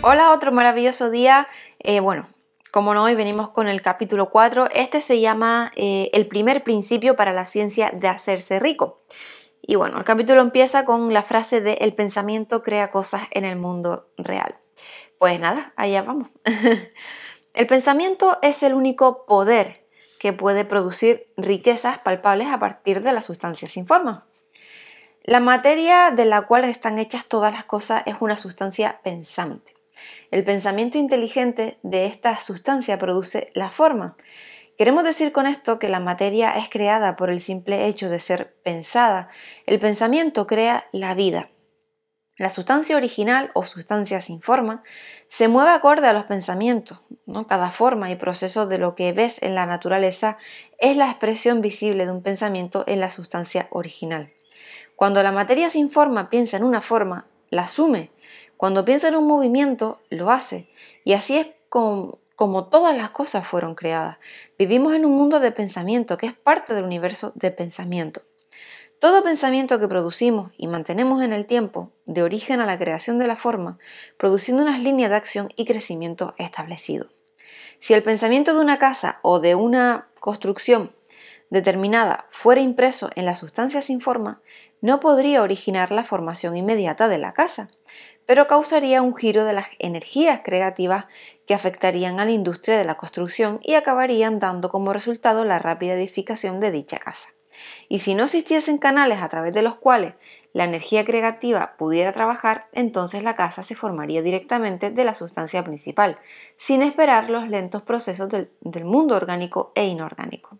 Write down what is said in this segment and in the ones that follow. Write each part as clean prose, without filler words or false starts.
Hola, otro maravilloso día. Como no, hoy venimos con el capítulo 4. Este se llama El primer principio para la ciencia de hacerse rico. Y bueno, el capítulo empieza con la frase de el pensamiento crea cosas en el mundo real. Pues nada, allá vamos. El pensamiento es el único poder que puede producir riquezas palpables a partir de la sustancia sin forma. La materia de la cual están hechas todas las cosas es una sustancia pensante. El pensamiento inteligente de esta sustancia produce la forma. Queremos decir con esto que la materia es creada por el simple hecho de ser pensada. El pensamiento crea la vida. La sustancia original o sustancia sin forma se mueve acorde a los pensamientos, ¿no? Cada forma y proceso de lo que ves en la naturaleza es la expresión visible de un pensamiento en la sustancia original. Cuando la materia sin forma piensa en una forma, la asume. Cuando piensa en un movimiento, lo hace. Y así es como todas las cosas fueron creadas. Vivimos en un mundo de pensamiento que es parte del universo de pensamiento. Todo pensamiento que producimos y mantenemos en el tiempo, de origen a la creación de la forma, produciendo unas líneas de acción y crecimiento establecidos. Si el pensamiento de una casa o de una construcción determinada fuera impreso en la sustancia sin forma, no podría originar la formación inmediata de la casa, pero causaría un giro de las energías creativas que afectarían a la industria de la construcción y acabarían dando como resultado la rápida edificación de dicha casa. Y si no existiesen canales a través de los cuales la energía creativa pudiera trabajar, entonces la casa se formaría directamente de la sustancia principal, sin esperar los lentos procesos del mundo orgánico e inorgánico.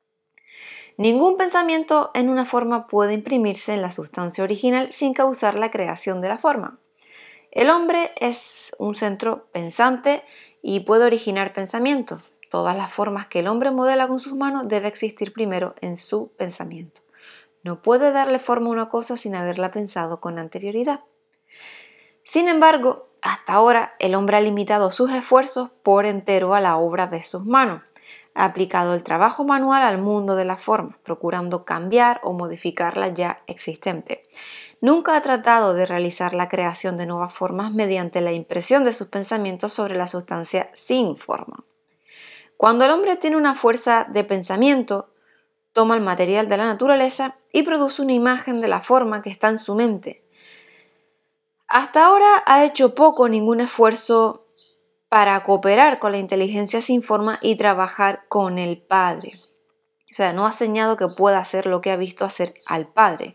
Ningún pensamiento en una forma puede imprimirse en la sustancia original sin causar la creación de la forma. El hombre es un centro pensante y puede originar pensamientos. Todas las formas que el hombre modela con sus manos debe existir primero en su pensamiento. No puede darle forma a una cosa sin haberla pensado con anterioridad. Sin embargo, hasta ahora el hombre ha limitado sus esfuerzos por entero a la obra de sus manos. Ha aplicado el trabajo manual al mundo de las formas, procurando cambiar o modificar la ya existente. Nunca ha tratado de realizar la creación de nuevas formas mediante la impresión de sus pensamientos sobre la sustancia sin forma. Cuando el hombre tiene una fuerza de pensamiento, toma el material de la naturaleza y produce una imagen de la forma que está en su mente. Hasta ahora ha hecho poco o ningún esfuerzo para cooperar con la inteligencia sin forma y trabajar con el Padre. O sea, no ha enseñado que pueda hacer lo que ha visto hacer al Padre.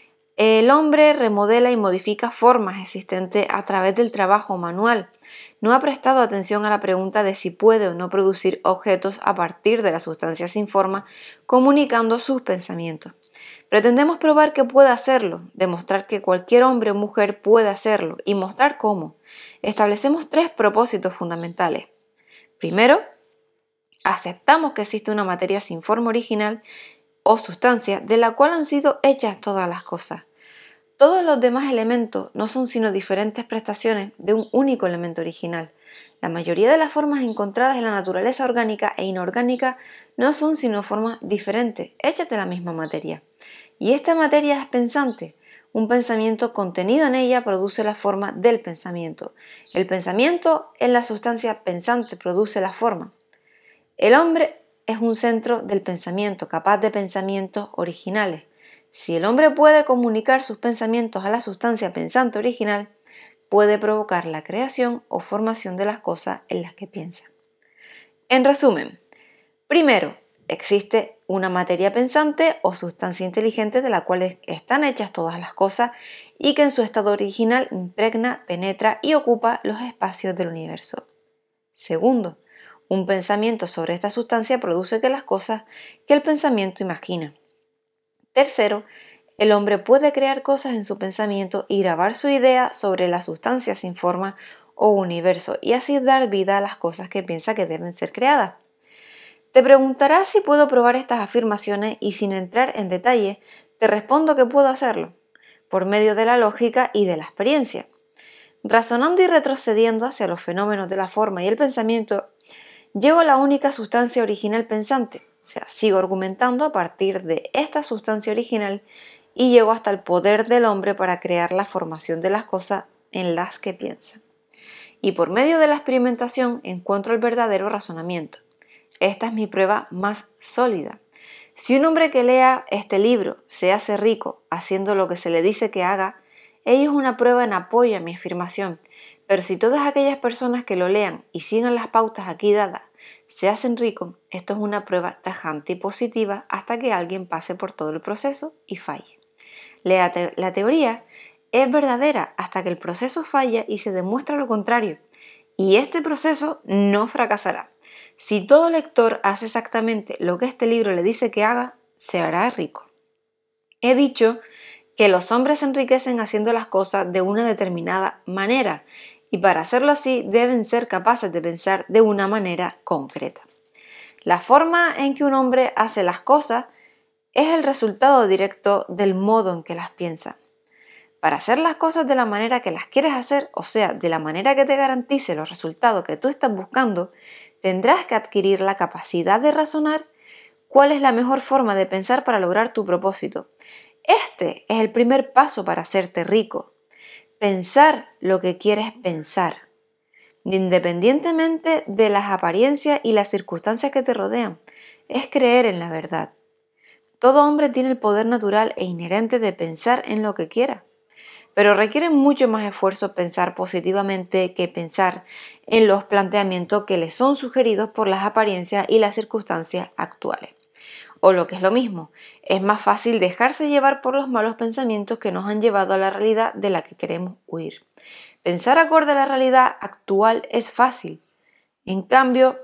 El hombre remodela y modifica formas existentes a través del trabajo manual. No ha prestado atención a la pregunta de si puede o no producir objetos a partir de la sustancia sin forma, comunicando sus pensamientos. Pretendemos probar que puede hacerlo, demostrar que cualquier hombre o mujer puede hacerlo y mostrar cómo. Establecemos 3 propósitos fundamentales. Primero, aceptamos que existe una materia sin forma original o sustancia de la cual han sido hechas todas las cosas. Todos los demás elementos no son sino diferentes prestaciones de un único elemento original. La mayoría de las formas encontradas en la naturaleza orgánica e inorgánica no son sino formas diferentes, hechas de la misma materia. Y esta materia es pensante. Un pensamiento contenido en ella produce la forma del pensamiento. El pensamiento en la sustancia pensante produce la forma. El hombre es un centro del pensamiento, capaz de pensamientos originales. Si el hombre puede comunicar sus pensamientos a la sustancia pensante original, puede provocar la creación o formación de las cosas en las que piensa. En resumen, primero, existe una materia pensante o sustancia inteligente de la cual están hechas todas las cosas y que en su estado original impregna, penetra y ocupa los espacios del universo. Segundo, un pensamiento sobre esta sustancia produce las cosas que el pensamiento imagina. Tercero, el hombre puede crear cosas en su pensamiento y grabar su idea sobre la sustancia sin forma o universo y así dar vida a las cosas que piensa que deben ser creadas. Te preguntarás si puedo probar estas afirmaciones y sin entrar en detalle, te respondo que puedo hacerlo, por medio de la lógica y de la experiencia. Razonando y retrocediendo hacia los fenómenos de la forma y el pensamiento, llego a la única sustancia original pensante, o sea, sigo argumentando a partir de esta sustancia original y llego hasta el poder del hombre para crear la formación de las cosas en las que piensa. y por medio de la experimentación encuentro el verdadero razonamiento. Esta es mi prueba más sólida. Si un hombre que lea este libro se hace rico haciendo lo que se le dice que haga, ello es una prueba en apoyo a mi afirmación. Pero si todas aquellas personas que lo lean y sigan las pautas aquí dadas se hacen ricos, esto es una prueba tajante y positiva hasta que alguien pase por todo el proceso y falle. La teoría es verdadera hasta que el proceso falla y se demuestra lo contrario. Y este proceso no fracasará. Si todo lector hace exactamente lo que este libro le dice que haga, se hará rico. He dicho que los hombres se enriquecen haciendo las cosas de una determinada manera y para hacerlo así deben ser capaces de pensar de una manera concreta. La forma en que un hombre hace las cosas es el resultado directo del modo en que las piensa. Para hacer las cosas de la manera que las quieres hacer, o sea, de la manera que te garantice los resultados que tú estás buscando, tendrás que adquirir la capacidad de razonar cuál es la mejor forma de pensar para lograr tu propósito. Este es el primer paso para hacerte rico. Pensar lo que quieres pensar, independientemente de las apariencias y las circunstancias que te rodean, es creer en la verdad. Todo hombre tiene el poder natural e inherente de pensar en lo que quiera, pero requiere mucho más esfuerzo pensar positivamente que pensar en los planteamientos que le son sugeridos por las apariencias y las circunstancias actuales. O lo que es lo mismo, es más fácil dejarse llevar por los malos pensamientos que nos han llevado a la realidad de la que queremos huir. Pensar acorde a la realidad actual es fácil. En cambio,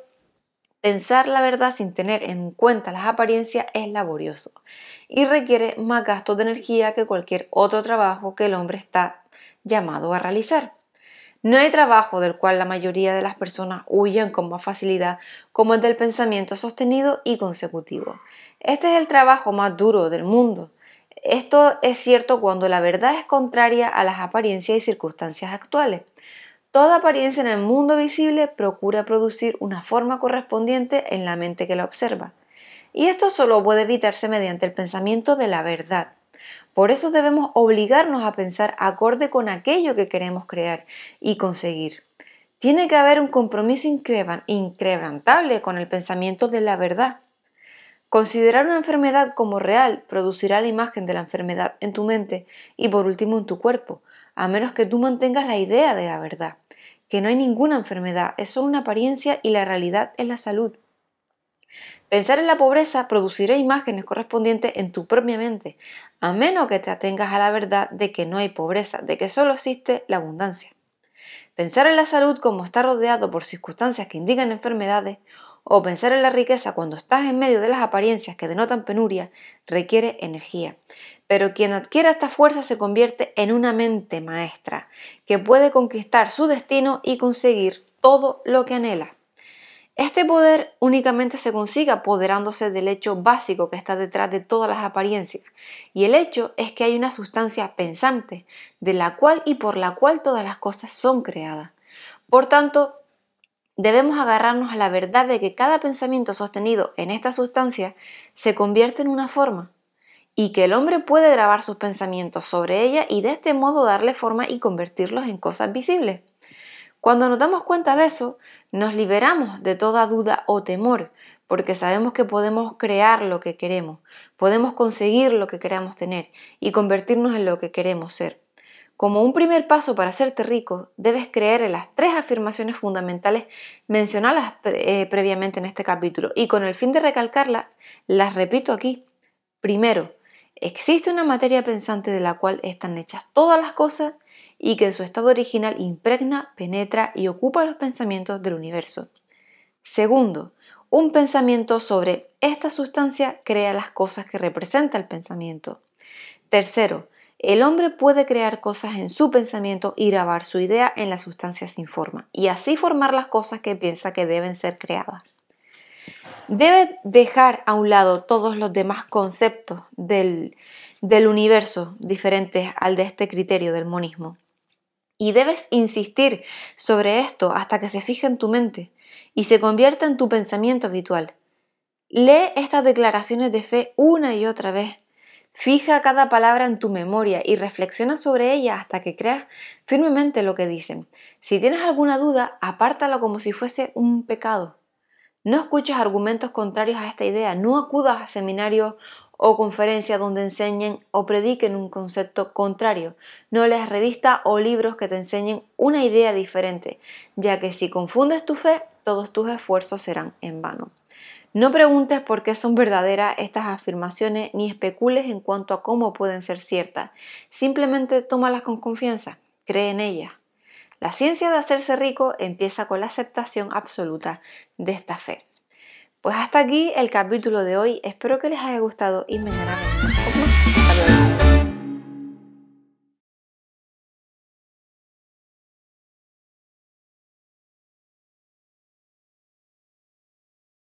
pensar la verdad sin tener en cuenta las apariencias es laborioso y requiere más gastos de energía que cualquier otro trabajo que el hombre está llamado a realizar. No hay trabajo del cual la mayoría de las personas huyan con más facilidad como el del pensamiento sostenido y consecutivo. Este es el trabajo más duro del mundo. Esto es cierto cuando la verdad es contraria a las apariencias y circunstancias actuales. Toda apariencia en el mundo visible procura producir una forma correspondiente en la mente que la observa. Y esto solo puede evitarse mediante el pensamiento de la verdad. Por eso debemos obligarnos a pensar acorde con aquello que queremos crear y conseguir. Tiene que haber un compromiso inquebrantable con el pensamiento de la verdad. Considerar una enfermedad como real producirá la imagen de la enfermedad en tu mente y por último en tu cuerpo, a menos que tú mantengas la idea de la verdad, que no hay ninguna enfermedad, es solo una apariencia y la realidad es la salud. Pensar en la pobreza producirá imágenes correspondientes en tu propia mente, a menos que te atengas a la verdad de que no hay pobreza, de que solo existe la abundancia. Pensar en la salud como estar rodeado por circunstancias que indican enfermedades, o pensar en la riqueza cuando estás en medio de las apariencias que denotan penuria, requiere energía. Pero quien adquiere esta fuerza se convierte en una mente maestra, que puede conquistar su destino y conseguir todo lo que anhela. Este poder únicamente se consigue apoderándose del hecho básico que está detrás de todas las apariencias, y el hecho es que hay una sustancia pensante, de la cual y por la cual todas las cosas son creadas. Por tanto, debemos agarrarnos a la verdad de que cada pensamiento sostenido en esta sustancia se convierte en una forma, y que el hombre puede grabar sus pensamientos sobre ella y de este modo darle forma y convertirlos en cosas visibles. Cuando nos damos cuenta de eso, nos liberamos de toda duda o temor, porque sabemos que podemos crear lo que queremos, podemos conseguir lo que queramos tener y convertirnos en lo que queremos ser. Como un primer paso para hacerte rico, debes creer en las 3 afirmaciones fundamentales mencionadas previamente en este capítulo y con el fin de recalcarlas, las repito aquí. Primero, existe una materia pensante de la cual están hechas todas las cosas y que en su estado original impregna, penetra y ocupa los pensamientos del universo. Segundo, un pensamiento sobre esta sustancia crea las cosas que representa el pensamiento. Tercero, el hombre puede crear cosas en su pensamiento y grabar su idea en la sustancia sin forma, y así formar las cosas que piensa que deben ser creadas. Debe dejar a un lado todos los demás conceptos del universo diferentes al de este criterio del monismo. Y debes insistir sobre esto hasta que se fije en tu mente y se convierta en tu pensamiento habitual. Lee estas declaraciones de fe una y otra vez. Fija cada palabra en tu memoria y reflexiona sobre ella hasta que creas firmemente lo que dicen. Si tienes alguna duda, apártala como si fuese un pecado. No escuches argumentos contrarios a esta idea, no acudas a seminarios o conferencias donde enseñen o prediquen un concepto contrario. No leas revistas o libros que te enseñen una idea diferente, ya que si confundes tu fe, todos tus esfuerzos serán en vano. No preguntes por qué son verdaderas estas afirmaciones ni especules en cuanto a cómo pueden ser ciertas. Simplemente tómalas con confianza, cree en ellas. La ciencia de hacerse rico empieza con la aceptación absoluta de esta fe. Pues hasta aquí el capítulo de hoy. Espero que les haya gustado y mañana vemos con más. Hasta luego.